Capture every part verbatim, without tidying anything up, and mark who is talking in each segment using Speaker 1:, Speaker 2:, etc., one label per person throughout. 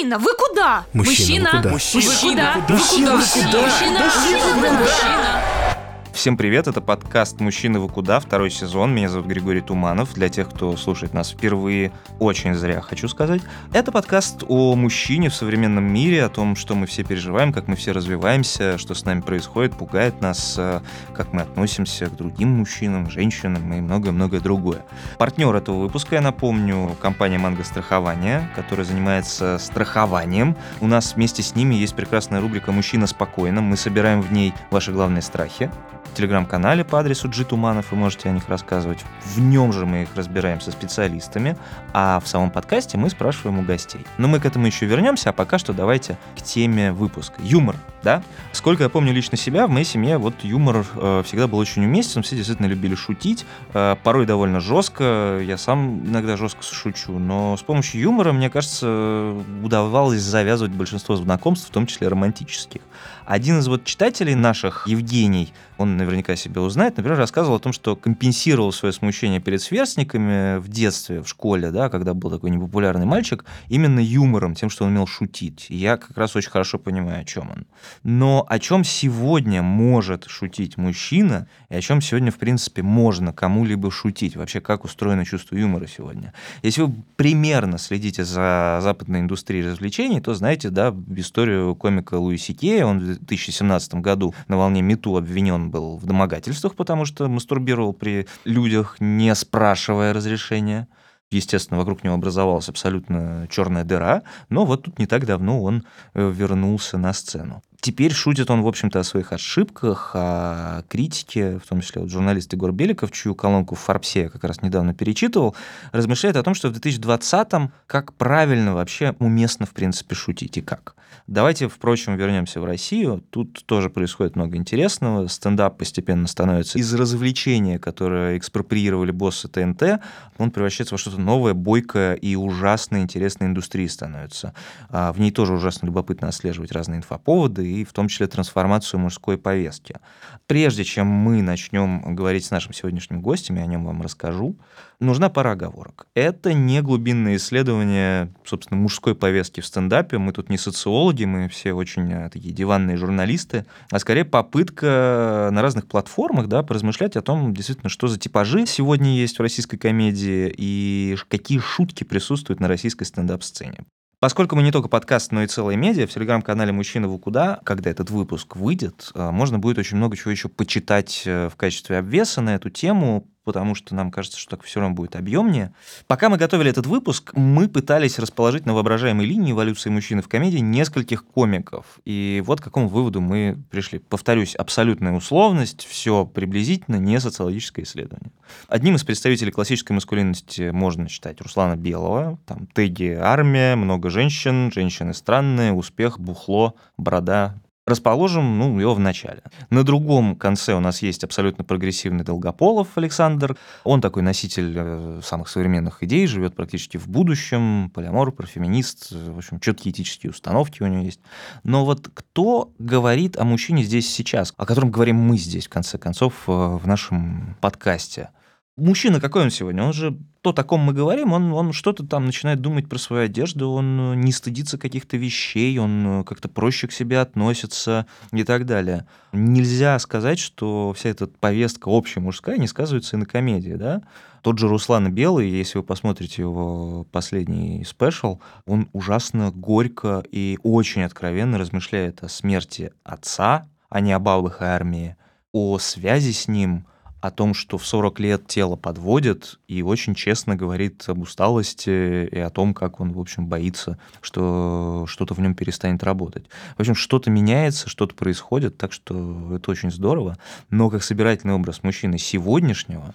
Speaker 1: Мужчина, вы куда?
Speaker 2: Мужчина, вы куда?
Speaker 1: Мужчина,
Speaker 2: вы куда?
Speaker 1: Мужчина,
Speaker 2: Мужчина, вы куда?
Speaker 1: Мужчина, Мужчина, вы куда?
Speaker 3: Всем привет, это подкаст «Мужчина, вы куда?», второй сезон. Меня зовут Григорий Туманов. Для тех, кто слушает нас впервые, очень зря хочу сказать. Это подкаст о мужчине в современном мире, о том, что мы все переживаем, как мы все развиваемся, что с нами происходит, пугает нас, как мы относимся к другим мужчинам, женщинам и многое-многое другое. Партнер этого выпуска, я напомню, компания «Манго Страхование», которая занимается страхованием. У нас вместе с ними есть прекрасная рубрика «Мужчина спокойно». Мы собираем в ней ваши главные страхи. В телеграм-канале по адресу G Туманов вы можете о них рассказывать. В нем же мы их разбираем со специалистами, а в самом подкасте мы спрашиваем у гостей. Но мы к этому еще вернемся, а пока что давайте к теме выпуска. Юмор, да? Сколько я помню лично себя, в моей семье вот юмор э, всегда был очень уместен, все действительно любили шутить, э, порой довольно жестко, я сам иногда жестко шучу, но с помощью юмора, мне кажется, удавалось завязывать большинство знакомств, в том числе романтических. Один из вот читателей наших, Евгений, он наверняка себя узнает, например, рассказывал о том, что компенсировал свое смущение перед сверстниками в детстве, в школе, да, когда был такой непопулярный мальчик, именно юмором, тем, что он умел шутить. И я как раз очень хорошо понимаю, о чем он. Но о чем сегодня может шутить мужчина, и о чем сегодня, в принципе, можно кому-либо шутить? Вообще, как устроено чувство юмора сегодня? Если вы примерно следите за западной индустрией развлечений, то знаете, да, историю комика Луи Си Кея. Он в две тысячи семнадцатом году на волне МeToo обвинен был в домогательствах, потому что мастурбировал при людях, не спрашивая разрешения. Естественно, вокруг него образовалась абсолютно черная дыра, но вот тут не так давно он вернулся на сцену. Теперь шутит он, в общем-то, о своих ошибках, о критике, в том числе вот журналист Егор Беликов, чью колонку в Форбсе я как раз недавно перечитывал, размышляет о том, что в две тысячи двадцатом как правильно вообще уместно, в принципе, шутить и как. Давайте, впрочем, вернемся в Россию. Тут тоже происходит много интересного. Стендап постепенно становится из развлечения, которое экспроприировали боссы Тэ Эн Тэ, он превращается во что-то новое, бойкое и ужасно интересной индустрии становится. В ней тоже ужасно любопытно отслеживать разные инфоповоды, и в том числе трансформацию мужской повестки. Прежде чем мы начнем говорить с нашим сегодняшним гостем, я о нем вам расскажу, нужна пара оговорок. Это не глубинное исследование, собственно, мужской повестки в стендапе. Мы тут не социологи, мы все очень такие диванные журналисты, а скорее попытка на разных платформах, да, поразмышлять о том, действительно, что за типажи сегодня есть в российской комедии и какие шутки присутствуют на российской стендап-сцене. Поскольку мы не только подкаст, но и целая медиа, в телеграм-канале «Мужчина, вы куда?», когда этот выпуск выйдет, можно будет очень много чего еще почитать в качестве обвеса на эту тему, потому что нам кажется, что так все равно будет объемнее. Пока мы готовили этот выпуск, мы пытались расположить на воображаемой линии эволюции мужчины в комедии нескольких комиков. И вот к какому выводу мы пришли. Повторюсь, абсолютная условность, все приблизительно, не социологическое исследование. Одним из представителей классической маскулинности можно считать Руслана Белого. Там теги «Армия», «Много женщин», «Женщины странные», «Успех», «Бухло», «Борода». Расположим, ну, его в начале. На другом конце у нас есть абсолютно прогрессивный Долгополов Александр. Он такой носитель самых современных идей, живет практически в будущем, полиамор, профеминист, в общем, четкие этические установки у него есть. Но вот кто говорит о мужчине здесь сейчас, о котором говорим мы здесь, в конце концов, в нашем подкасте? Мужчина какой он сегодня? Он же, то, о ком мы говорим, он, он что-то там начинает думать про свою одежду, он не стыдится каких-то вещей, он как-то проще к себе относится и так далее. Нельзя сказать, что вся эта повестка общая мужская не сказывается и на комедии, да? Тот же Руслан Белый, если вы посмотрите его последний спешл, он ужасно горько и очень откровенно размышляет о смерти отца, а не о бабах и армии, о связи с ним, о том, что в сорок лет тело подводит, и очень честно говорит об усталости и о том, как он, в общем, боится, что что-то в нем перестанет работать. В общем, что-то меняется, что-то происходит, так что это очень здорово. Но как собирательный образ мужчины сегодняшнего,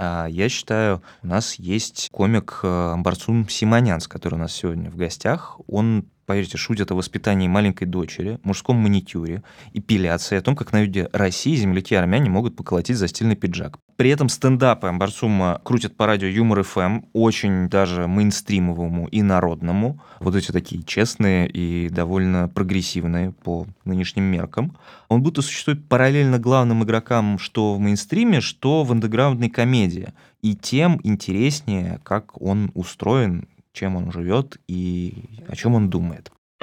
Speaker 3: я считаю, у нас есть комик Барсум Симонян, который у нас сегодня в гостях. Он, поверьте, шутит о воспитании маленькой дочери, мужском маникюре, эпиляции, о том, как на юге России земляки-армяне могут поколотить за стильный пиджак. При этом стендапы Барсума крутят по радио Юмор эф эм, очень даже мейнстримовому и народному. Вот эти такие честные и довольно прогрессивные по нынешним меркам. Он будто существует параллельно главным игрокам что в мейнстриме, что в андеграундной комедии. И тем интереснее, как он устроен, чем он живет и о чем он думает.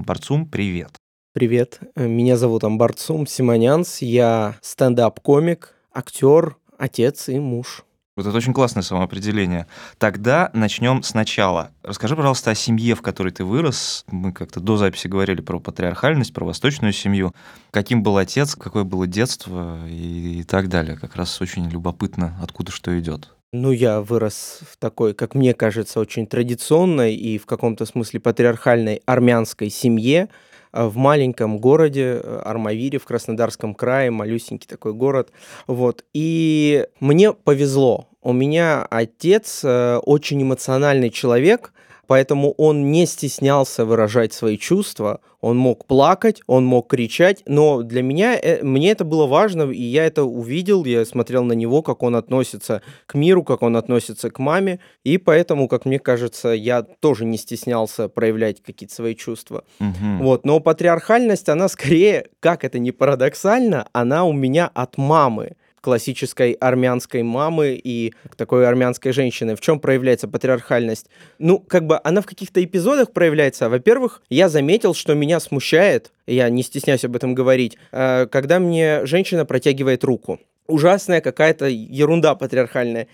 Speaker 3: Барцум, привет.
Speaker 2: Привет, меня зовут Амбар Цум Симонянс, я стендап-комик, актер, отец и муж.
Speaker 3: Вот это очень классное самоопределение. Тогда начнем сначала. Расскажи, пожалуйста, о семье, в которой ты вырос. Мы как-то до записи говорили про патриархальность, про восточную семью. Каким был отец, какое было детство и так далее. Как раз очень любопытно, откуда что идет.
Speaker 2: Ну, я вырос в такой, как мне кажется, очень традиционной и в каком-то смысле патриархальной армянской семье в маленьком городе Армавире в Краснодарском крае, малюсенький такой город. Вот. И мне повезло. У меня отец очень эмоциональный человек, поэтому он не стеснялся выражать свои чувства. Он мог плакать, он мог кричать, но для меня, мне это было важно, и я это увидел, я смотрел на него, как он относится к миру, как он относится к маме, и поэтому, как мне кажется, я тоже не стеснялся проявлять какие-то свои чувства.
Speaker 3: Угу.
Speaker 2: Вот, но патриархальность, она скорее, как это ни парадоксально, она у меня от мамы. Классической армянской мамы и такой армянской женщины. В чем проявляется патриархальность? Ну, как бы она в каких-то эпизодах проявляется. Во-первых, я заметил, что меня смущает, я не стесняюсь об этом говорить, когда мне женщина протягивает руку. Ужасная какая-то ерунда патриархальная.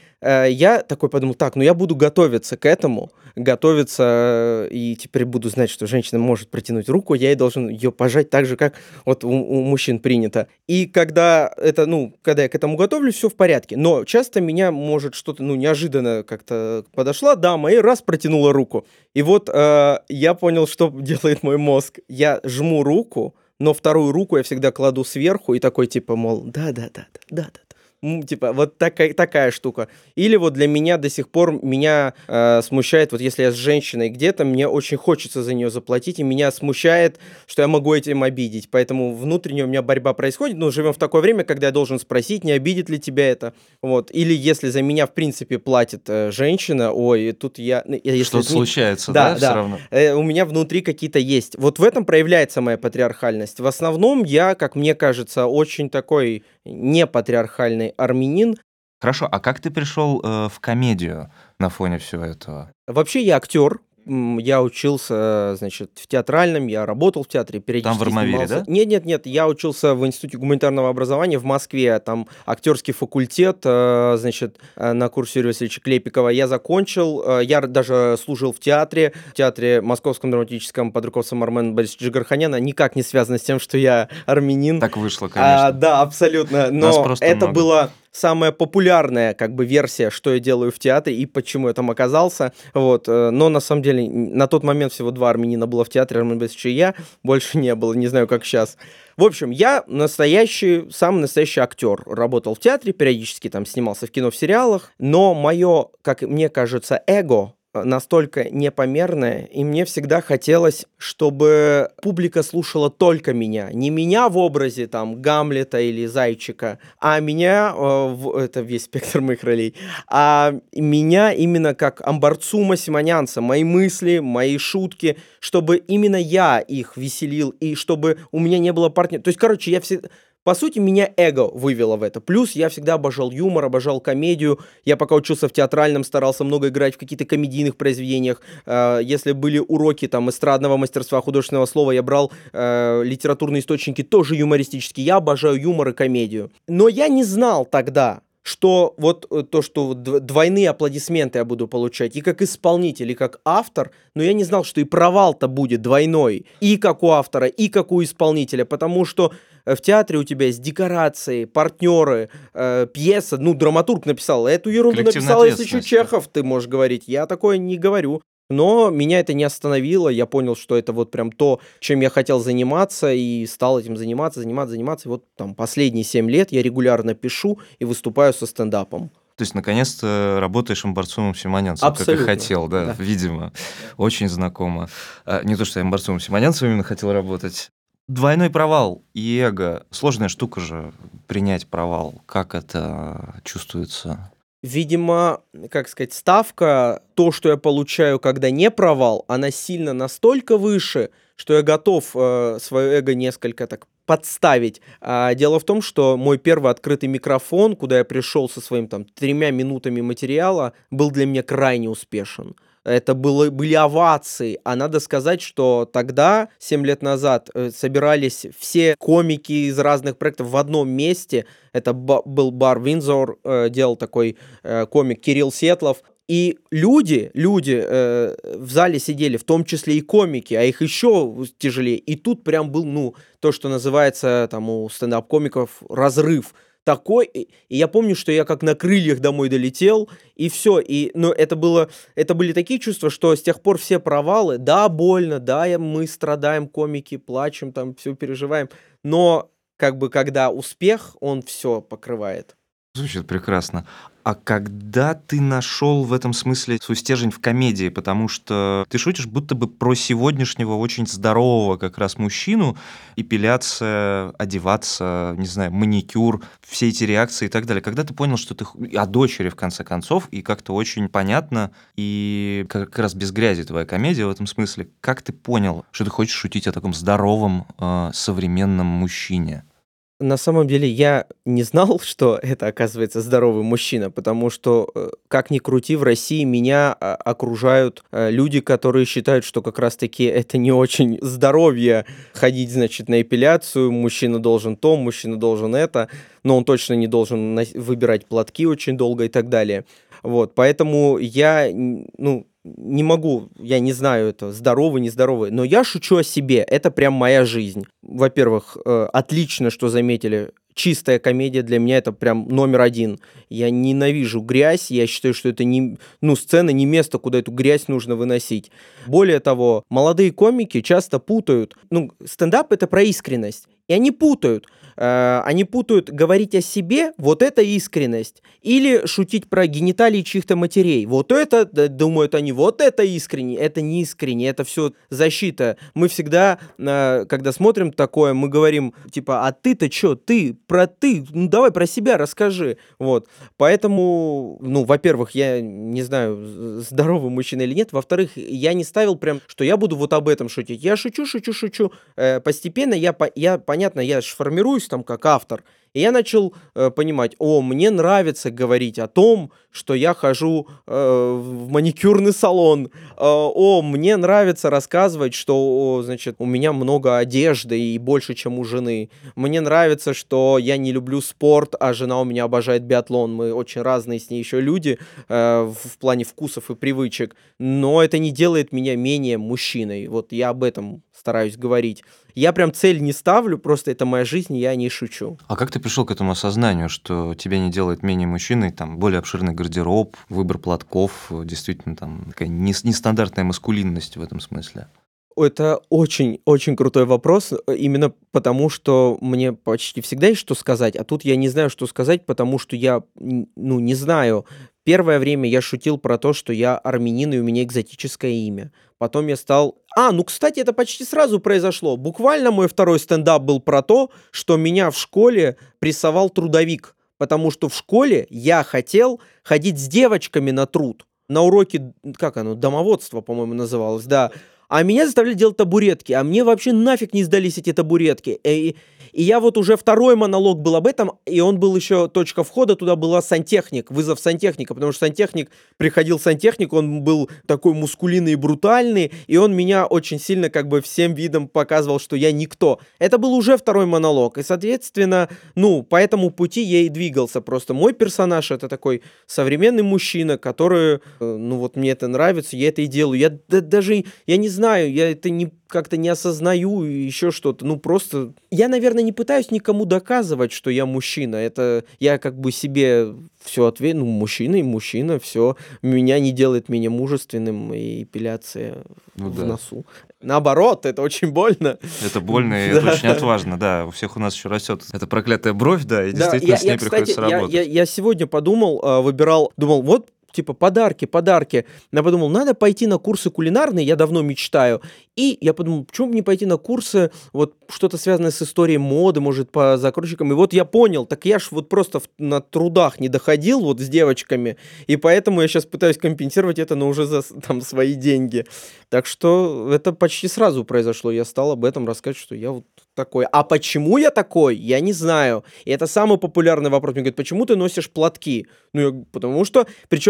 Speaker 2: Я такой подумал, так, ну я буду готовиться к этому, готовиться, и теперь буду знать, что женщина может протянуть руку, я ей должен ее пожать так же, как вот у, у мужчин принято. И когда это, ну, когда я к этому готовлюсь, все в порядке. Но часто меня может что-то, ну, неожиданно как-то подошла дама и раз протянула руку. И вот э, я понял, что делает мой мозг. Я жму руку, но вторую руку я всегда кладу сверху и такой, типа, мол, да-да-да-да-да-да. Ну, типа, вот такая, такая штука. Или вот для меня до сих пор меня э, смущает, вот если я с женщиной где-то, мне очень хочется за нее заплатить, и меня смущает, что я могу этим обидеть. Поэтому внутренне у меня борьба происходит. Ну, живем в такое время, когда я должен спросить, не обидит ли тебя это. Вот. Или если за меня, в принципе, платит э, женщина, ой, тут я... Если
Speaker 3: Что-то
Speaker 2: не...
Speaker 3: случается, да,
Speaker 2: да,
Speaker 3: все
Speaker 2: да.
Speaker 3: равно?
Speaker 2: Э, у меня внутри какие-то есть. Вот в этом проявляется моя патриархальность. В основном я, как мне кажется, очень такой непатриархальный армянин.
Speaker 3: Хорошо, а как ты пришел э, в комедию на фоне всего этого?
Speaker 2: Вообще я актер. Я учился, значит, в театральном, я работал в театре, периодически
Speaker 3: Там в Армавире,
Speaker 2: снимался.
Speaker 3: да?
Speaker 2: Нет, нет, нет, я учился в Институте гуманитарного образования в Москве, там актерский факультет, значит, на курсе Юрия Васильевича Клепикова я закончил, я даже служил в театре, в театре Московском драматическом под руководством Армена Борисовича Джигарханяна, никак не связано с тем, что я армянин.
Speaker 3: Так вышло, конечно.
Speaker 2: А, да, абсолютно,
Speaker 3: Нас
Speaker 2: но
Speaker 3: просто
Speaker 2: это
Speaker 3: много.
Speaker 2: было... самая популярная, как бы, версия, что я делаю в театре и почему я там оказался. Вот. Но, на самом деле, на тот момент всего два армянина было в театре, Армен Борисович и я. Больше не было, не знаю, как сейчас. В общем, я настоящий, самый настоящий актер. Работал в театре, периодически там снимался в кино, в сериалах. Но мое, как мне кажется, эго настолько непомерное, и мне всегда хотелось, чтобы публика слушала только меня. Не меня в образе там Гамлета или Зайчика, а меня, э, в, это весь спектр моих ролей, а меня именно как Амбарцума Симонянса, мои мысли, мои шутки, чтобы именно я их веселил, и чтобы у меня не было партнера. То есть, короче, я всегда... По сути, меня эго вывело в это. Плюс я всегда обожал юмор, обожал комедию. Я пока учился в театральном, старался много играть в каких-то комедийных произведениях. Э, если были уроки там эстрадного мастерства, художественного слова, я брал э, литературные источники, тоже юмористические. Я обожаю юмор и комедию. Но я не знал тогда, что вот то, что двойные аплодисменты я буду получать и как исполнитель, и как автор, но я не знал, что и провал-то будет двойной, и как у автора, и как у исполнителя, потому что в театре у тебя есть декорации, партнеры, э, пьеса, ну, драматург написал, эту ерунду написал, если еще Чехов, ты можешь говорить, я такое не говорю. Но меня это не остановило, я понял, что это вот прям то, чем я хотел заниматься, и стал этим заниматься, заниматься, заниматься. И вот там последние семь лет я регулярно пишу и выступаю со стендапом.
Speaker 3: То есть, наконец-то, работаешь Амбарцумом Симонянцем,
Speaker 2: Абсолютно.
Speaker 3: как и хотел, да, да, видимо. Очень знакомо. А, не то, что я Амбарцумом Симонянцем именно хотел работать. Двойной провал и эго. Сложная штука же принять провал. Как это чувствуется?
Speaker 2: Видимо, как сказать, ставка, то, что я получаю, когда не провал, она сильно настолько выше, что я готов э, свое эго несколько так подставить. А дело в том, что мой первый открытый микрофон, куда я пришел со своим там тремя минутами материала, был для меня крайне успешен. это было, были овации. А надо сказать, что тогда, семь лет назад, э, собирались все комики из разных проектов в одном месте. Это ба- был бар Винзор, э, делал такой э, комик Кирилл Сетлов. И люди, люди э, в зале сидели, в том числе и комики, а их еще тяжелее. И тут прям был, ну, то, что называется там у стендап-комиков разрыв такой. И и я помню, что я как на крыльях домой долетел, и все. И, ну, это было, это были такие чувства, что с тех пор все провалы, да, больно, да, я- мы страдаем, комики, плачем, там, все переживаем, но как бы когда успех, он все покрывает.
Speaker 3: Звучит прекрасно. А когда ты нашел в этом смысле свой стержень в комедии? Потому что ты шутишь будто бы про сегодняшнего очень здорового как раз мужчину, эпиляция, одеваться, не знаю, маникюр, все эти реакции и так далее. Когда ты понял, что ты х- о дочери в конце концов, и как-то очень понятно, и как раз без грязи твоя комедия в этом смысле, как ты понял, что ты хочешь шутить о таком здоровом, э, современном мужчине?
Speaker 2: На самом деле я не знал, что это, оказывается, здоровый мужчина, потому что, э, как ни крути, в России меня а, окружают э, люди, которые считают, что как раз-таки это не очень здоровье ходить, значит, на эпиляцию, мужчина должен то, мужчина должен это, но он точно не должен нос- выбирать платки очень долго и так далее. Вот, поэтому я, н- ну, не могу, я не знаю, это здоровый, нездоровый, но я шучу о себе, это прям моя жизнь. Во-первых, э, отлично, что заметили, чистая комедия для меня это прям номер один. Я ненавижу грязь, я считаю, что это не, ну, сцена, не место, куда эту грязь нужно выносить. Более того, молодые комики часто путают, ну, стендап это про искренность, и они путают. Э, Они путают говорить о себе, вот это искренность, или шутить про гениталии чьих-то матерей. Вот это, да, думают они, вот это искренне, это не искренне, это все защита. Мы всегда, э, когда смотрим такое, мы говорим, типа, а ты-то чё, ты, про ты, ну давай про себя расскажи. Вот, поэтому, ну, во-первых, я не знаю, з- здоровый мужчина или нет, во-вторых, я не ставил прям, что я буду вот об этом шутить. Я шучу, шучу, шучу. Э, постепенно я, по- я, понятно, я ж формируюсь там как автор, и я начал э, понимать, о, мне нравится говорить о том, что я хожу э, в маникюрный салон, э, о, мне нравится рассказывать, что, о, значит, у меня много одежды и больше, чем у жены. Мне нравится, что я не люблю спорт, а жена у меня обожает биатлон. Мы очень разные с ней еще люди э, в в плане вкусов и привычек, но это не делает меня менее мужчиной. Вот я об этом стараюсь говорить. Я прям цель не ставлю, просто это моя жизнь, и я не шучу.
Speaker 3: А как ты пришел к этому осознанию, что тебя не делает менее мужчиной, там, более обширный гардероб, выбор платков, э, действительно, там, такая нес- нестандартная маскулинность в этом смысле?
Speaker 2: Это очень-очень крутой вопрос, э, именно потому, что мне почти всегда есть что сказать, а тут я не знаю, что сказать, потому что я, н- ну, не знаю. Первое время я шутил про то, что я армянин, и у меня экзотическое имя. Потом я стал... А, ну, кстати, это почти сразу произошло. Буквально мой второй стендап был про то, что меня в школе прессовал трудовик, потому что в школе я хотел ходить с девочками на труд. На уроки, м, как оно, домоводство, по-моему, называлось, да. А меня заставляли делать табуретки, а мне вообще нафиг не сдались эти табуретки. Э, И, и я вот уже второй монолог был об этом, и он был еще, точка входа туда была сантехник, вызов сантехника, потому что сантехник, приходил сантехник, он был такой мускулинный и брутальный, и он меня очень сильно как бы всем видом показывал, что я никто. Это был уже второй монолог, и, соответственно, ну, по этому пути я и двигался. Просто мой персонаж — это такой современный мужчина, который, э, ну вот мне это нравится, я это и делаю. Я да- даже, я не знаю, я это не как-то не осознаю и еще что-то. Ну просто, я, наверное, не пытаюсь никому доказывать, что я мужчина. Это я как бы себе все ответил, ну, мужчина и мужчина, все. Меня не делает менее мужественным и эпиляция
Speaker 3: Ну
Speaker 2: в
Speaker 3: да.
Speaker 2: носу. Наоборот, это очень больно.
Speaker 3: Это больно, и это
Speaker 2: Да.
Speaker 3: очень отважно, да. У всех у нас еще растет эта проклятая бровь, да, и
Speaker 2: Да,
Speaker 3: действительно
Speaker 2: я,
Speaker 3: с ней
Speaker 2: я, кстати,
Speaker 3: приходится
Speaker 2: я, я,
Speaker 3: работать.
Speaker 2: я сегодня подумал, а, выбирал, думал, вот, типа, подарки, подарки. Я подумал, надо пойти на курсы кулинарные, я давно мечтаю. И я подумал, почему бы не пойти на курсы, вот, что-то связанное с историей моды, может, по закройщикам. И вот я понял, так я ж вот просто в- на трудах не доходил вот с девочками, и поэтому я сейчас пытаюсь компенсировать это, но уже за с- там свои деньги. Так что это почти сразу произошло. Я стал об этом рассказывать, что я вот такой. А почему я такой, я не знаю. И это самый популярный вопрос. Мне говорят, почему ты носишь платки? Ну, я, потому что, причем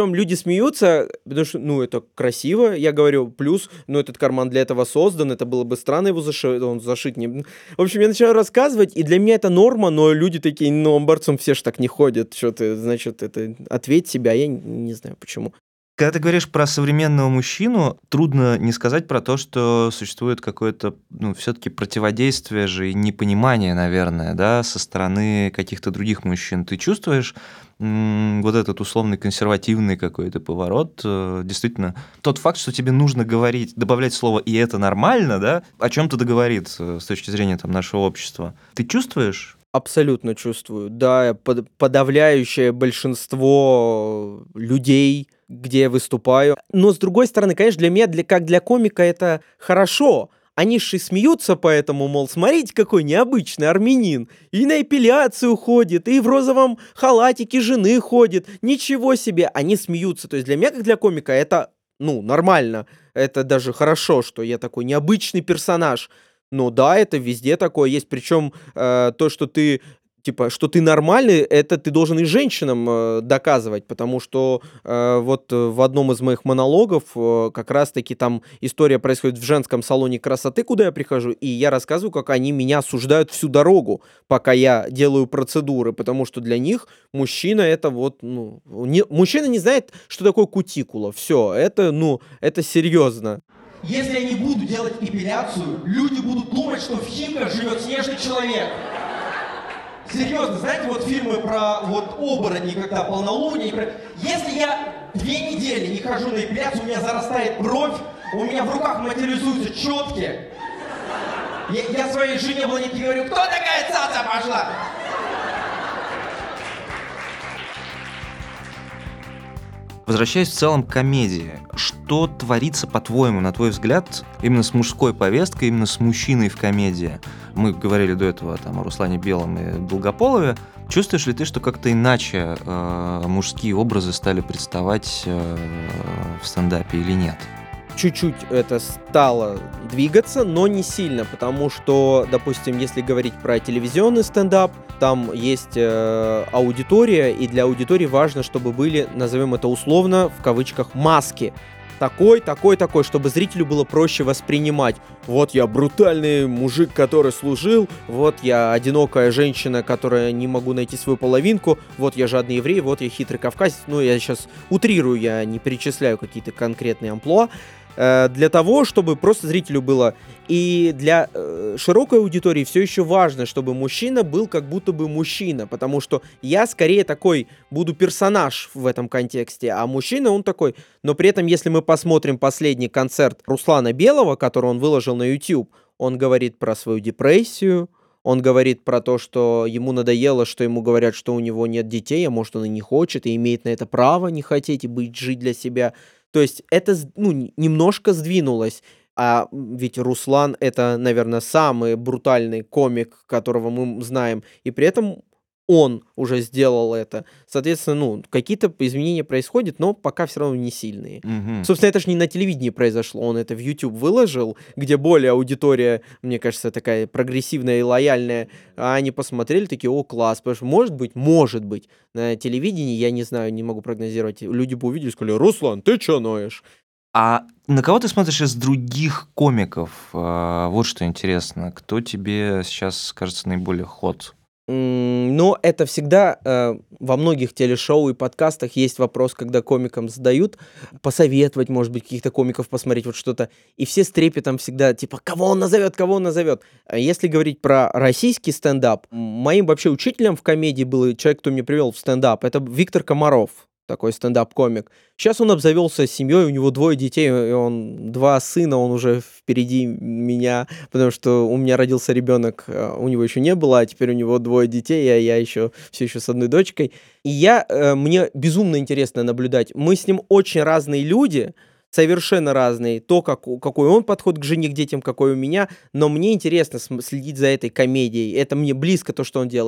Speaker 2: этом люди смеются, потому что, ну, это красиво, я говорю, плюс, ну, этот карман для этого создан, это было бы странно его зашить, он зашить не... В общем, я начинаю рассказывать, и для меня это норма, но люди такие, ну, амбарцем все ж так не ходят, что ты, значит, это, ответь себя, я не, не знаю, почему.
Speaker 3: Когда ты говоришь про современного мужчину, трудно не сказать про то, что существует какое-то, ну, все-таки противодействие же и непонимание, наверное, да, со стороны каких-то других мужчин. Ты чувствуешь м- вот этот условный консервативный какой-то поворот? Э, Действительно, тот факт, что тебе нужно говорить, добавлять слово «и это нормально», да, о чем-то договорит э, с точки зрения там, нашего общества. Ты чувствуешь?
Speaker 2: Абсолютно чувствую, да, под- подавляющее большинство людей, где я выступаю. Но, с другой стороны, конечно, для меня, для, как для комика, это хорошо. Они же и смеются поэтому, мол, смотрите, какой необычный армянин. И на эпиляцию ходит, и в розовом халатике жены ходит. Ничего себе, они смеются. То есть для меня, как для комика, это, ну, нормально. Это даже хорошо, что я такой необычный персонаж. Ну да, это везде такое есть. Причем э, то, что ты типа, что ты нормальный, это ты должен и женщинам э, доказывать, потому что э, вот э, в одном из моих монологов э, как раз-таки там история происходит в женском салоне красоты, куда я прихожу, и я рассказываю, как они меня осуждают всю дорогу, пока я делаю процедуры, потому что для них мужчина это вот, ну, не, мужчина не знает, что такое кутикула, все, это, ну, это серьезно.
Speaker 4: Если я не буду делать эпиляцию, люди будут думать, что в Химках живет снежный человек. Серьезно, знаете, вот фильмы про вот оборотни, когда полнолуние. Про... Если я две недели не хожу на эпиляцию, у меня зарастает бровь, у меня в руках материализуются четки. Я, я своей жене блондинке говорю, кто такая цаца пошла?
Speaker 3: Возвращаясь в целом к комедии, что творится, по-твоему, на твой взгляд, именно с мужской повесткой, именно с мужчиной в комедии? Мы говорили до этого там, о Руслане Белом и Долгополове. Чувствуешь ли ты, что как-то иначе э, мужские образы стали представать э, в стендапе или нет?
Speaker 2: Чуть-чуть это стало двигаться, но не сильно, потому что, допустим, если говорить про телевизионный стендап, там есть э, аудитория, и для аудитории важно, чтобы были, назовем это условно, в кавычках, маски. Такой, такой, такой, чтобы зрителю было проще воспринимать. Вот я брутальный мужик, который служил, вот я одинокая женщина, которая не могу найти свою половинку, вот я жадный еврей, вот я хитрый кавказец. Ну, я сейчас утрирую, я не перечисляю какие-то конкретные амплуа. Для того, чтобы просто зрителю было. И для э, широкой аудитории все еще важно, чтобы мужчина был как будто бы мужчина, потому что я скорее такой буду персонаж в этом контексте, а мужчина он такой. Но при этом, если мы посмотрим последний концерт Руслана Белого, который он выложил на YouTube, он говорит про свою депрессию, он говорит про то, что ему надоело, что ему говорят, что у него нет детей, а может он и не хочет, и имеет на это право не хотеть и быть, жить для себя. То есть это, ну, немножко сдвинулось. А ведь Руслан — это, наверное, самый брутальный комик, которого мы знаем. И при этом он уже сделал это. Соответственно, ну, какие-то изменения происходят, но пока все равно не сильные.
Speaker 3: Угу.
Speaker 2: Собственно, это же не на телевидении произошло. Он это в YouTube выложил, где более аудитория, мне кажется, такая прогрессивная и лояльная. А они посмотрели, такие, о, класс. Потому что, может быть, может быть, на телевидении, я не знаю, не могу прогнозировать, люди бы увидели и сказали, Руслан, ты чё ноешь?
Speaker 3: А на кого ты смотришь из других комиков? А, вот что интересно. Кто тебе сейчас кажется наиболее хот?
Speaker 2: Но это всегда э, во многих телешоу и подкастах есть вопрос, когда комикам задают, посоветовать, может быть, каких-то комиков посмотреть, вот что-то. И все с трепетом всегда, типа, кого он назовет, кого он назовет. Если говорить про российский стендап, моим вообще учителем в комедии был человек, кто меня привел в стендап, это Виктор Комаров. Такой стендап-комик. Сейчас он обзавелся семьей, у него двое детей, и он два сына, он уже впереди меня, потому что у меня родился ребенок, у него еще не было, а теперь у него двое детей, а я еще все еще с одной дочкой. И я, мне безумно интересно наблюдать. Мы с ним очень разные люди, совершенно разные. То, как, какой он подход к жене, к детям, какой у меня. Но мне интересно следить за этой комедией. Это мне близко, то, что он делает.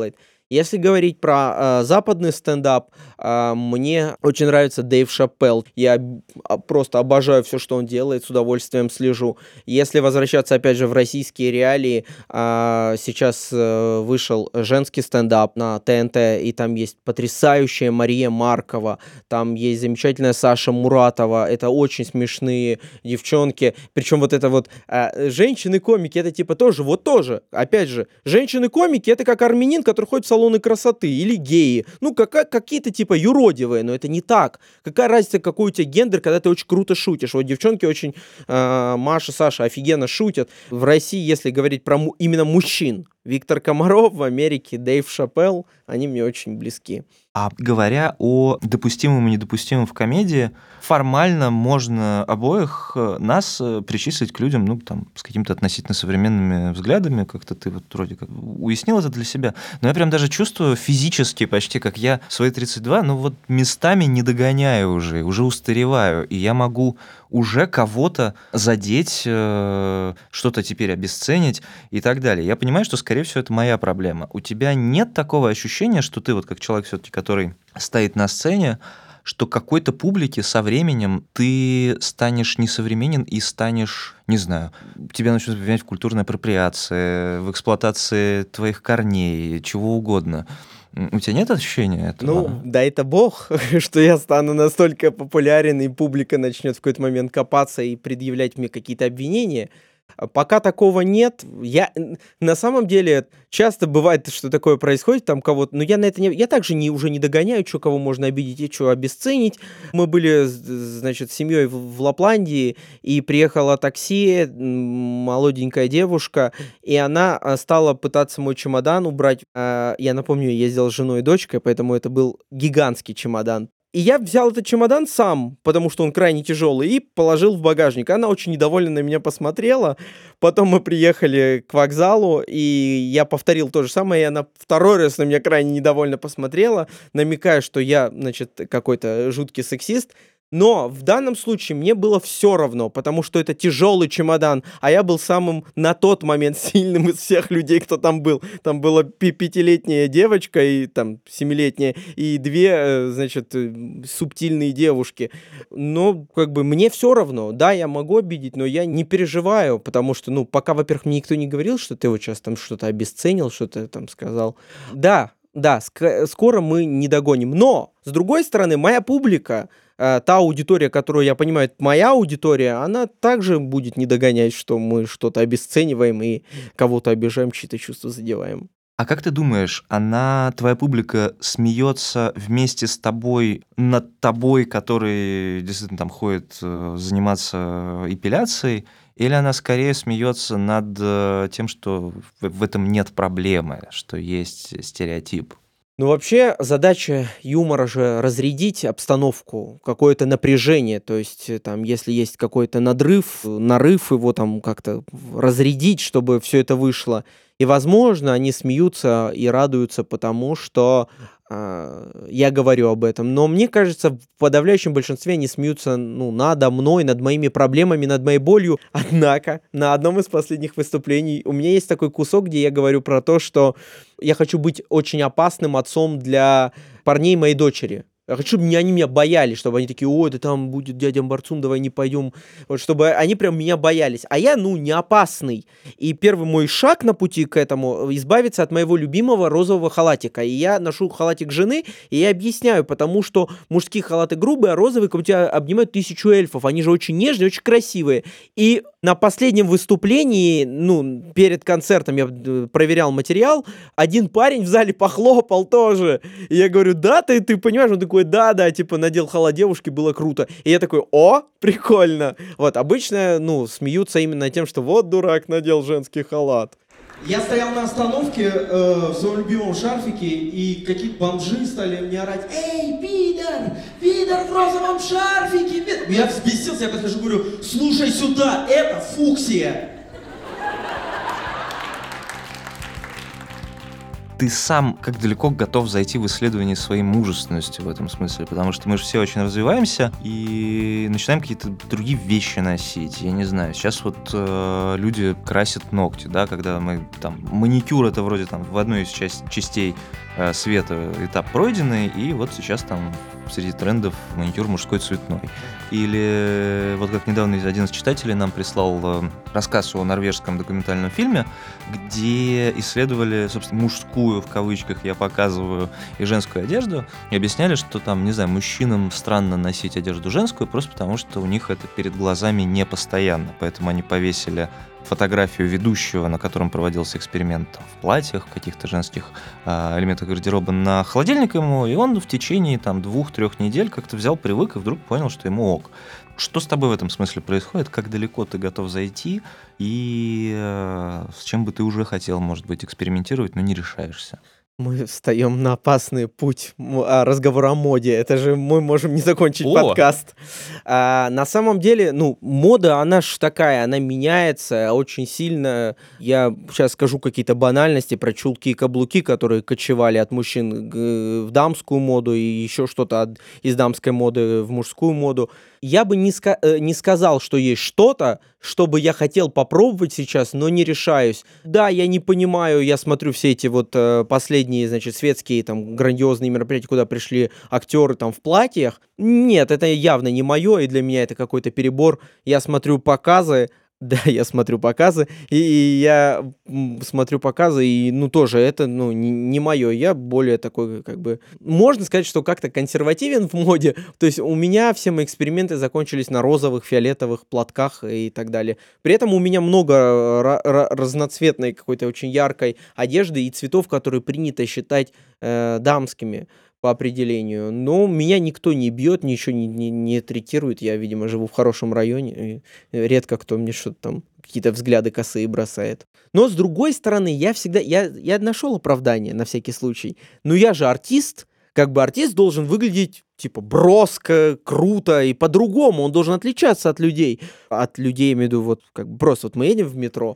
Speaker 2: Если говорить про э, западный стендап, э, мне очень нравится Дэйв Шапелл. Я а, просто обожаю все, что он делает, с удовольствием слежу. Если возвращаться, опять же, в российские реалии, э, сейчас э, вышел женский стендап на ТНТ, и там есть потрясающая Мария Маркова, там есть замечательная Саша Муратова, это очень смешные девчонки. Причем вот это вот э, женщины-комики, это типа тоже, вот тоже, опять же, женщины-комики, это как армянин, который ходит в салоны красоты, или геи. Ну, как, какие-то типа юродивые, но это не так. Какая разница, какой у тебя гендер, когда ты очень круто шутишь. Вот девчонки очень, э, Маша, Саша офигенно шутят. В России, если говорить про му- именно мужчин, Виктор Комаров, в Америке Дэйв Шапелл, они мне очень близки.
Speaker 3: А говоря о допустимом и недопустимом в комедии, формально можно обоих нас причислить к людям, ну, там, с какими-то относительно современными взглядами, как-то ты вот вроде как уяснил это для себя, но я прям даже чувствую физически почти, как я в свои тридцать два, ну, вот местами не догоняю уже, уже устареваю, и я могу уже кого-то задеть, э, что-то теперь обесценить и так далее. Я понимаю, что, скорее всего, это моя проблема. У тебя нет такого ощущения, что ты вот как человек все-таки, который стоит на сцене, что какой-то публике со временем ты станешь несовременен и станешь, не знаю, тебя начнут обвинять в культурной апроприации, в эксплуатации твоих корней, чего угодно. У тебя нет ощущения этого?
Speaker 2: Ну, да это бог, что я стану настолько популярен, и публика начнет в какой-то момент копаться и предъявлять мне какие-то обвинения. Пока такого нет. Я на самом деле часто бывает, что такое происходит, там кого-то, но я на это не, я также не, уже не догоняю, что кого можно обидеть и что обесценить. Мы были, значит, с семьей в, в Лапландии, и приехало такси, молоденькая девушка, и она стала пытаться мой чемодан убрать. Я напомню, я ездил с женой и дочкой, поэтому это был гигантский чемодан. И я взял этот чемодан сам, потому что он крайне тяжелый, и положил в багажник. Она очень недовольно на меня посмотрела. Потом мы приехали к вокзалу, и я повторил то же самое, и она второй раз на меня крайне недовольно посмотрела, намекая, что я, значит, какой-то жуткий сексист. Но в данном случае мне было все равно, потому что это тяжелый чемодан, а я был самым на тот момент сильным из всех людей, кто там был. Там была пи- пятилетняя девочка и там семилетняя, и две, значит, субтильные девушки. Но как бы мне все равно. Да, я могу обидеть, но я не переживаю, потому что, ну, пока, во-первых, мне никто не говорил, что ты вот сейчас там что-то обесценил, что-то там сказал. Да, да, ск- скоро мы не догоним. Но, с другой стороны, моя публика, та аудитория, которую я понимаю, это моя аудитория, она также будет не догонять, что мы что-то обесцениваем и кого-то обижаем, чьи-то чувства задеваем.
Speaker 3: А как ты думаешь, она, твоя публика, смеется вместе с тобой над тобой, который действительно там ходит э, заниматься эпиляцией, или она скорее смеется над э, тем, что в, в этом нет проблемы, что есть стереотип?
Speaker 2: Ну, вообще, задача юмора же разрядить обстановку, какое-то напряжение, то есть, там, если есть какой-то надрыв, нарыв, его там как-то разрядить, чтобы все это вышло. И, возможно, они смеются и радуются, потому что э, я говорю об этом. Но мне кажется, в подавляющем большинстве они смеются, ну, надо мной, над моими проблемами, над моей болью. Однако, на одном из последних выступлений у меня есть такой кусок, где я говорю про то, что я хочу быть очень опасным отцом для парней моей дочери. Я хочу, чтобы они меня боялись, чтобы они такие, ой, да там будет дядя Барцун, давай не пойдем. Вот, чтобы они прям меня боялись. А я, ну, не опасный. И первый мой шаг на пути к этому — избавиться от моего любимого розового халатика. И я ношу халатик жены, и я объясняю, потому что мужские халаты грубые, а розовые, как у тебя обнимают тысячу эльфов. Они же очень нежные, очень красивые. И на последнем выступлении, ну, перед концертом я проверял материал, один парень в зале похлопал тоже. И я говорю, да, ты, ты понимаешь? Он такой, да-да, типа, надел халат девушки, было круто. И я такой, о, прикольно. Вот, обычно, ну, смеются именно тем, что вот дурак надел женский халат.
Speaker 4: Я стоял на остановке э, в своем любимом шарфике, и какие-то бомжи стали мне орать: «Эй, пидор! Пидор в розовом шарфике!» пидор!» Я взбесился, я подхожу, говорю: «Слушай сюда, это фуксия!»
Speaker 3: Ты сам как далеко готов зайти в исследование своей мужественности в этом смысле? Потому что мы же все очень развиваемся и начинаем какие-то другие вещи носить. Я не знаю, сейчас вот э, люди красят ногти, да, когда мы там, маникюр — это вроде там в одной из часть, частей э, Света этап пройденный, и вот сейчас там среди трендов маникюр мужской цветной. Или вот как недавно один из читателей нам прислал э, рассказ о норвежском документальном фильме, где исследовали, собственно, мужскую, в кавычках я показываю, и женскую одежду, и объясняли, что там, не знаю, мужчинам странно носить одежду женскую, просто потому что у них это перед глазами не постоянно, поэтому они повесили фотографию ведущего, на котором проводился эксперимент там, в платьях, в каких-то женских э, элементах гардероба, на холодильник ему, и он в течение там двух-трех недель как-то взял, привык и вдруг понял, что ему ок. Что с тобой в этом смысле происходит? Как далеко ты готов зайти? И э, с чем бы ты уже хотел, может быть, экспериментировать, но не решаешься?
Speaker 2: Мы встаем на опасный путь м- а, разговора о моде. Это же мы можем не закончить
Speaker 3: О!
Speaker 2: подкаст. А, на самом деле, ну, мода, она ж такая, она меняется очень сильно. Я сейчас скажу какие-то банальности про чулки и каблуки, которые кочевали от мужчин г- в дамскую моду и еще что-то от- из дамской моды в мужскую моду. Я бы не, ска- э, не сказал, что есть что-то, что бы я хотел попробовать сейчас, но не решаюсь. Да, я не понимаю, я смотрю все эти вот э, последние, значит, светские там грандиозные мероприятия, куда пришли актеры там в платьях. Нет, это явно не мое, и для меня это какой-то перебор. Я смотрю показы, да, я смотрю показы, и, и я м, смотрю показы, и, ну, тоже это, ну, не, не мое. Я более такой, как бы, можно сказать, что как-то консервативен в моде. То есть у меня все мои эксперименты закончились на розовых, фиолетовых платках и так далее. При этом у меня много ра- ра- разноцветной какой-то очень яркой одежды и цветов, которые принято считать э, дамскими по определению. Но меня никто не бьет, ничего не, не, не третирует. Я, видимо, живу в хорошем районе. И редко кто мне что-то там, какие-то взгляды косые бросает. Но, с другой стороны, я всегда... Я, я нашел оправдание на всякий случай. Но я же артист. Как бы артист должен выглядеть, типа, броско, круто и по-другому. Он должен отличаться от людей. От людей, я имею в виду, вот, как бы, просто вот мы едем в метро.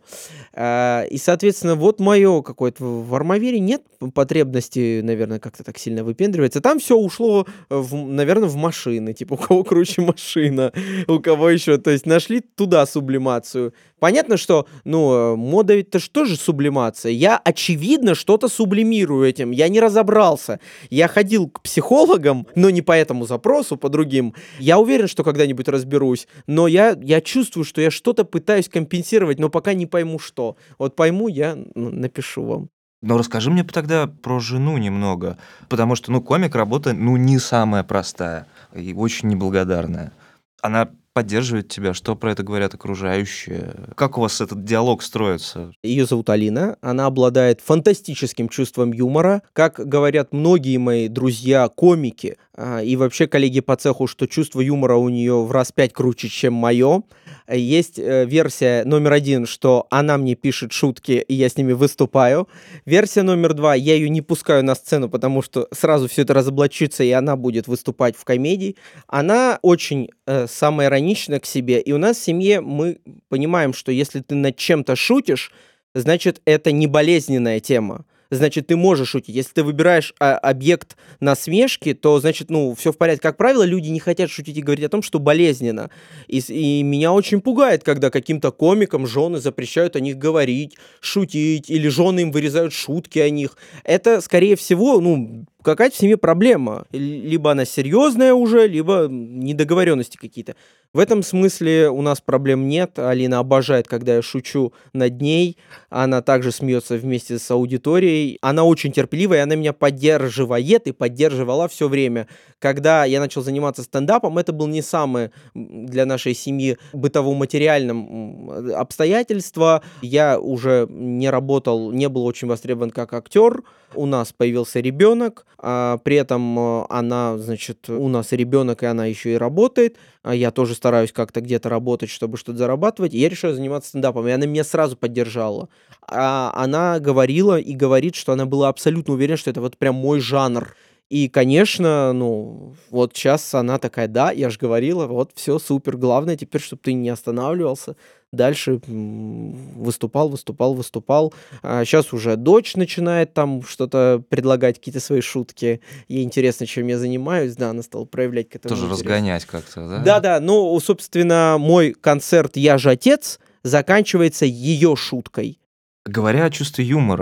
Speaker 2: А, и, соответственно, вот мое какое-то... В Армавире нет потребности, наверное, как-то так сильно выпендриваться. Там все ушло, в, наверное, в машины. Типа, у кого круче машина, у кого еще. То есть нашли туда сублимацию. Понятно, что, ну, мода ведь это же тоже сублимация. Я, очевидно, что-то сублимирую этим. Я не разобрался. Я ходил к психологам, но не по этому запросу, по другим. Я уверен, что когда-нибудь разберусь, но я, я чувствую, что я что-то пытаюсь компенсировать, но пока не пойму, что. Вот пойму, я ну, напишу вам.
Speaker 3: Но расскажи мне тогда про жену немного, потому что, ну, комик работа, ну, не самая простая и очень неблагодарная. Она поддерживает тебя? Что про это говорят окружающие? Как у вас этот диалог строится?
Speaker 2: Ее зовут Алина, она обладает фантастическим чувством юмора. Как говорят многие мои друзья-комики а, и вообще коллеги по цеху, что чувство юмора у нее в раз пять круче, чем мое. Есть э, версия номер один, что она мне пишет шутки, и я с ними выступаю. Версия номер два, я ее не пускаю на сцену, потому что сразу все это разоблачится, и она будет выступать в комедии. Она очень э, самоиронична к себе, и у нас в семье мы понимаем, что если ты над чем-то шутишь, значит, это не болезненная тема. Значит, ты можешь шутить. Если ты выбираешь а, объект насмешки, то, значит, ну, все в порядке. Как правило, люди не хотят шутить и говорить о том, что болезненно. И, и меня очень пугает, когда каким-то комикам жены запрещают о них говорить, шутить, или жены им вырезают шутки о них. Это, скорее всего, ну, какая-то в семье проблема. Либо она серьезная уже, либо недоговоренности какие-то. В этом смысле у нас проблем нет. Алина обожает, когда я шучу над ней. Она также смеется вместе с аудиторией. Она очень терпеливая, и она меня поддерживает и поддерживала все время. Когда я начал заниматься стендапом, это был не самое для нашей семьи бытово-материальным обстоятельство. Я уже не работал, не был очень востребован как актер. У нас появился ребенок, а при этом она, значит, у нас ребенок, и она еще и работает. А я тоже стараюсь как-то где-то работать, чтобы что-то зарабатывать. И я решил заниматься стендапом, и она меня сразу поддержала. А она говорила и говорит, что она была абсолютно уверена, что это вот прям мой жанр. И, конечно, ну, вот сейчас она такая, да, я же говорила, вот все супер, главное теперь, чтобы ты не останавливался. Дальше выступал, выступал, выступал. А сейчас уже дочь начинает там что-то предлагать, какие-то свои шутки. Ей интересно, чем я занимаюсь. Да, она стала проявлять к этому
Speaker 3: Тоже
Speaker 2: интерес.
Speaker 3: разгонять как-то, да?
Speaker 2: Да-да, ну, собственно, мой концерт «Я же отец» заканчивается ее шуткой.
Speaker 3: Говоря о чувстве юмора, в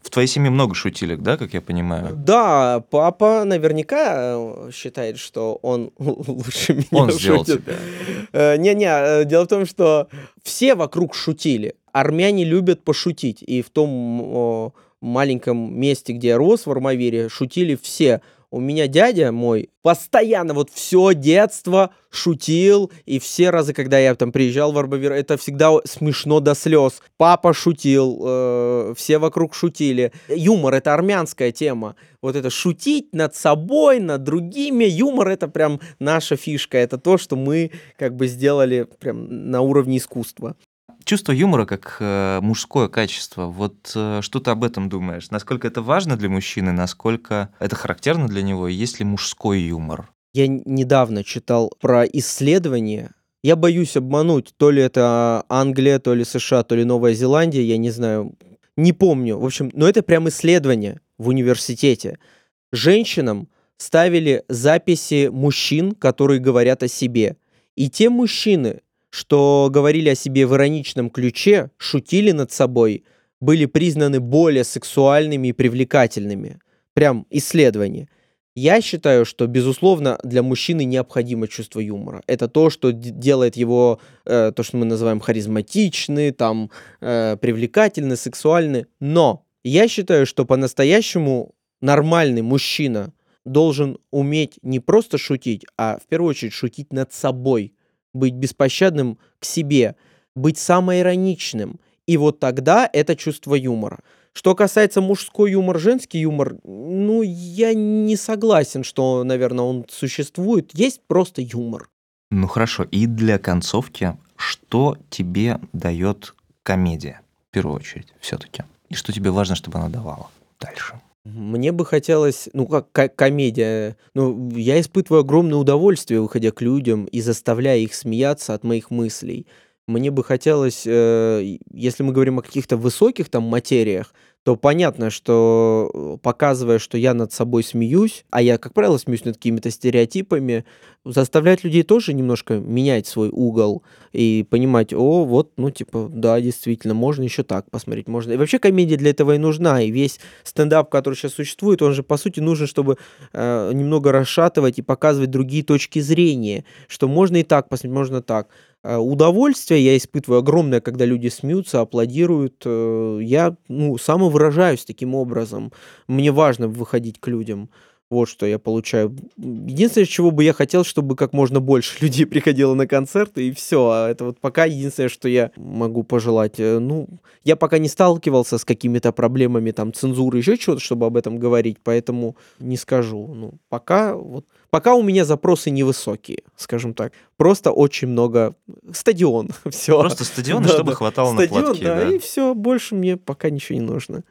Speaker 3: В твоей семье много шутилек, да, как я понимаю?
Speaker 2: Да, папа наверняка э, считает, что он лучше меня
Speaker 3: Он сделал
Speaker 2: шутит.
Speaker 3: тебя.
Speaker 2: Э, Не-не, э, дело в том, что все вокруг шутили. Армяне любят пошутить. И в том о, маленьком месте, где я рос, в Армавире, шутили все. У меня дядя мой постоянно вот все детство шутил, и все разы, когда я там приезжал в Армавир, это всегда смешно до слез. Папа шутил, э, все вокруг шутили. Юмор — это армянская тема. Вот это шутить над собой, над другими. Юмор — это прям наша фишка. Это то, что мы как бы сделали прям на уровне искусства.
Speaker 3: Чувство юмора как э, мужское качество. Вот э, что ты об этом думаешь? Насколько это важно для мужчины, насколько это характерно для него? Есть ли мужской юмор?
Speaker 2: Я н- недавно читал про исследования. Я боюсь обмануть. То ли это Англия, то ли США, то ли Новая Зеландия. Я не знаю. Не помню. В общем, но это прям исследование в университете. Женщинам ставили записи мужчин, которые говорят о себе. И те мужчины, что говорили о себе в ироничном ключе, шутили над собой, были признаны более сексуальными и привлекательными. Прям исследование. Я считаю, что, безусловно, для мужчины необходимо чувство юмора. Это то, что д- делает его, э, то, что мы называем харизматичный, там, э, привлекательный, сексуальный. Но я считаю, что по-настоящему нормальный мужчина должен уметь не просто шутить, а в первую очередь шутить над собой, быть беспощадным к себе, быть самоироничным. И вот тогда это чувство юмора. Что касается мужской юмор, женский юмор, ну, я не согласен, что, наверное, он существует. Есть просто юмор.
Speaker 3: Ну хорошо, и для концовки, что тебе дает комедия, в первую очередь, все-таки? И что тебе важно, чтобы она давала дальше?
Speaker 2: Мне бы хотелось, ну, как ко- комедия, ну, я испытываю огромное удовольствие, выходя к людям и заставляя их смеяться от моих мыслей. Мне бы хотелось, э, и- если мы говорим о каких-то высоких там материях, то понятно, что э, показывая, что я над собой смеюсь, а я, как правило, смеюсь над какими-то стереотипами, заставлять людей тоже немножко менять свой угол и понимать, о, вот, ну, типа, да, действительно, можно еще так посмотреть, можно. И вообще комедия для этого и нужна, и весь стендап, который сейчас существует, он же, по сути, нужен, чтобы э, немного расшатывать и показывать другие точки зрения, что можно и так посмотреть, можно так. Э, Удовольствие я испытываю огромное, когда люди смеются, аплодируют. Э, Я, ну, самовыражаюсь таким образом. Мне важно выходить к людям. Вот что я получаю. Единственное, чего бы я хотел, чтобы как можно больше людей приходило на концерты, и все. А это вот пока единственное, что я могу пожелать. Э, Ну, я пока не сталкивался с какими-то проблемами там цензуры, еще чего-то, чтобы об этом говорить, поэтому не скажу. Ну, пока вот пока у меня запросы невысокие, скажем так. Просто очень много стадион, все.
Speaker 3: Просто стадион, и чтобы хватало на
Speaker 2: Стадион,
Speaker 3: платки,
Speaker 2: да,
Speaker 3: да.
Speaker 2: и все. Больше мне пока ничего не нужно.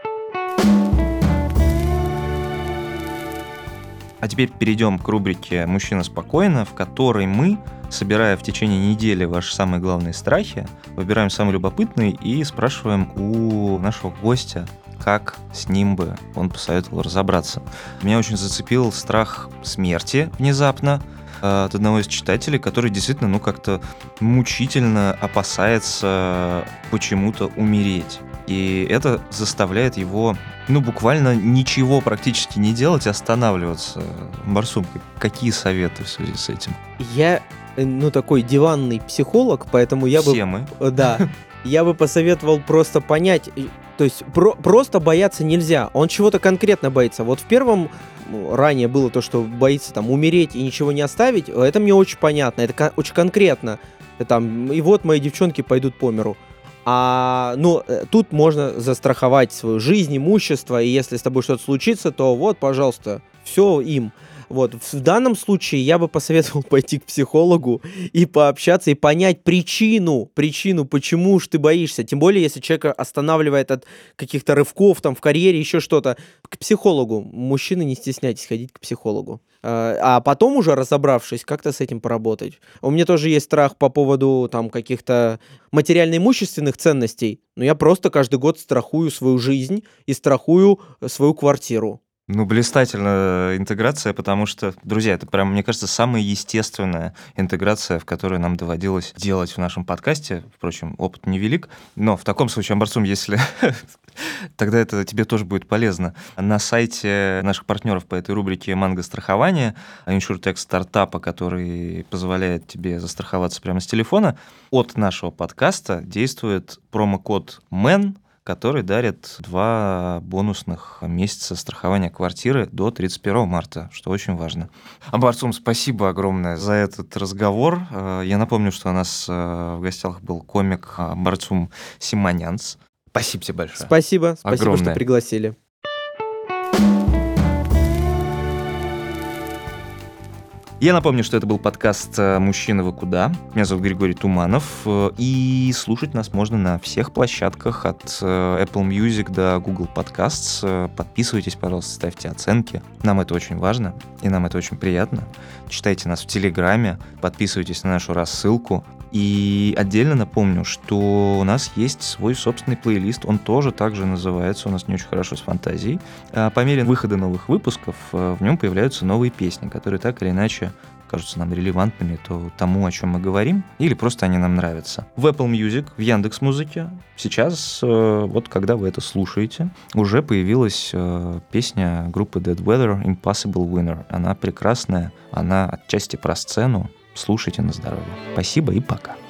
Speaker 3: А теперь перейдем к рубрике «Мужчина спокойно», в которой мы, собирая в течение недели ваши самые главные страхи, выбираем самый любопытный и спрашиваем у нашего гостя, как с ним бы он посоветовал разобраться. Меня очень зацепил страх смерти внезапно э, от одного из читателей, который действительно, ну, как-то мучительно опасается почему-то умереть. И это заставляет его, ну, буквально ничего практически не делать, а останавливаться. Барсум, какие советы в связи с этим?
Speaker 2: Я, э, ну, такой диванный психолог, поэтому я бы...
Speaker 3: Все мы.
Speaker 2: Э, Да, я бы посоветовал просто понять, и- то есть про- просто бояться нельзя, он чего-то конкретно боится. Вот в первом ну, ранее было то, что боится там умереть и ничего не оставить, это мне очень понятно, это ко- очень конкретно. Э, Там, и вот мои девчонки пойдут по миру. А, ну, э, тут можно застраховать свою жизнь, имущество, и если с тобой что-то случится, то вот, пожалуйста, все им. Вот, в данном случае я бы посоветовал пойти к психологу и пообщаться, и понять причину, причину, почему ж ты боишься. Тем более, если человека останавливает от каких-то рывков там в карьере, еще что-то. К психологу. Мужчины, не стесняйтесь ходить к психологу. А а потом уже, разобравшись, как-то с этим поработать. У меня тоже есть страх по поводу там каких-то материально-имущественных ценностей, но я просто каждый год страхую свою жизнь и страхую свою квартиру.
Speaker 3: Ну, блистательная интеграция, потому что, друзья, это прям, мне кажется, самая естественная интеграция, в которой нам доводилось делать в нашем подкасте. Впрочем, опыт невелик. Но в таком случае, Амбарсум, если Тогда это тебе тоже будет полезно. На сайте наших партнеров по этой рубрике «Манго страхование», InsurTech стартапа, который позволяет тебе застраховаться прямо с телефона, от нашего подкаста действует промокод мэн, который дарит два бонусных месяца страхования квартиры до тридцать первого марта, что очень важно. А Барцум, спасибо огромное за этот разговор. Я напомню, что у нас в гостях был комик Барцум Симонянц. Спасибо тебе большое.
Speaker 2: Спасибо, спасибо,
Speaker 3: Огромное.
Speaker 2: что пригласили.
Speaker 3: Я напомню, что это был подкаст «Мужчина, вы куда?». Меня зовут Григорий Туманов, и слушать нас можно на всех площадках от Apple Music до Google Podcasts. Подписывайтесь, пожалуйста, ставьте оценки. Нам это очень важно, и нам это очень приятно. Читайте нас в Телеграме, подписывайтесь на нашу рассылку. И отдельно напомню, что у нас есть свой собственный плейлист, он тоже также называется, у нас не очень хорошо с фантазией. По мере выхода новых выпусков в нем появляются новые песни, которые так или иначе кажутся нам релевантными то тому, о чем мы говорим, или просто они нам нравятся. В Apple Music, в Яндекс.Музыке сейчас, вот когда вы это слушаете, уже появилась песня группы Dead Weather Impossible Winner. Она прекрасная, она отчасти про сцену. Слушайте на здоровье. Спасибо и пока.